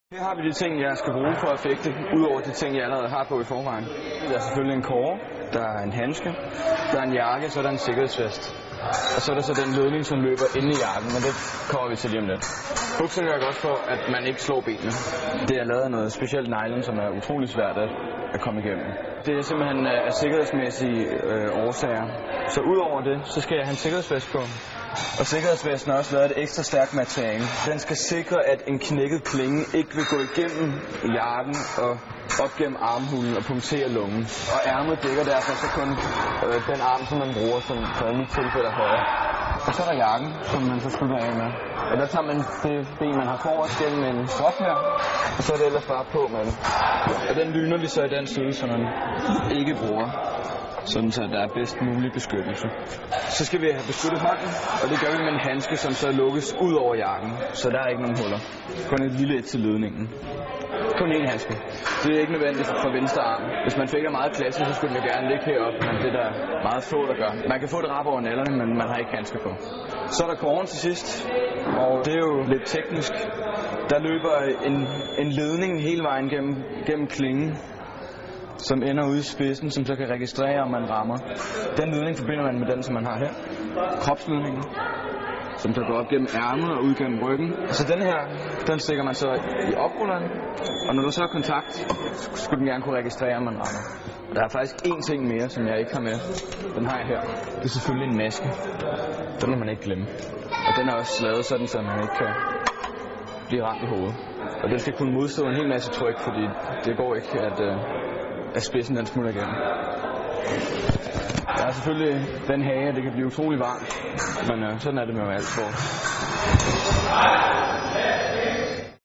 Her har vi de ting, jeg skal bruge for at fægte, udover de ting, jeg allerede har på i forvejen. Der er selvfølgelig en kåre, der er en handske, der er en jakke, så er der en sikkerhedsvest. Og så er der så den ledning, som løber inde i jakken, men det kommer vi til lige om lidt. Bukserne gør godt for, at man ikke slår benene. Det er lavet af noget specielt nylon, som er utrolig svært at komme igennem. Det er simpelthen af sikkerhedsmæssige årsager. Så udover det, så skal jeg have en sikkerhedsvest på. Og sikkerhedsvesten er også lavet af et ekstra stærkt materiale. Den skal sikre, at en knækket klinge ikke vil gå igennem jakken og op gennem armhulen og punktere lungen. Og ærmet dækker derfor så kun den arm, som man bruger, som i mit tilfælde er højre. Og så er der jakken, som man så slutter af med. Og der tager man det ben, man har forrest gennem en strop her, og så er det ellers bare på med den. Og den lyner vi så i den side, som man ikke bruger, sådan så der er bedst mulig beskyttelse. Så skal vi have beskyttet hånden, og det gør vi med en handske, som så lukkes ud over jakken, så der er ikke nogen huller. Kun et lille et til ledningen. Kun én handske. Det er ikke nødvendigt for venstre arm. Hvis man fik meget klasse, så skulle den jo gerne ligge heroppe, men det er der meget få, der gør. Man kan få det rap over nallerne, men man har ikke handske på. Så er der kåren til sidst, og det er jo lidt teknisk. Der løber en ledning hele vejen gennem klingen, som ender ude i spidsen, som så kan registrere, om man rammer. Den ledning forbinder man med den, som man har her. Kropsledningen, som så går op gennem ærmet og ud gennem ryggen. Så den her, den stikker man så i oprulleren, og når der så er kontakt, skulle den gerne kunne registrere, om man rammer. Og der er faktisk én ting mere, som jeg ikke har med. Den har jeg her. Det er selvfølgelig en maske. Den må man ikke glemme. Og den er også lavet sådan, så man ikke kan blive ramt i hovedet. Og den skal kunne modstå en hel masse tryk, fordi det går ikke, at spidsen den smutter igennem. Der er selvfølgelig den hage, det kan blive utrolig varmt, men sådan er det med alt sport.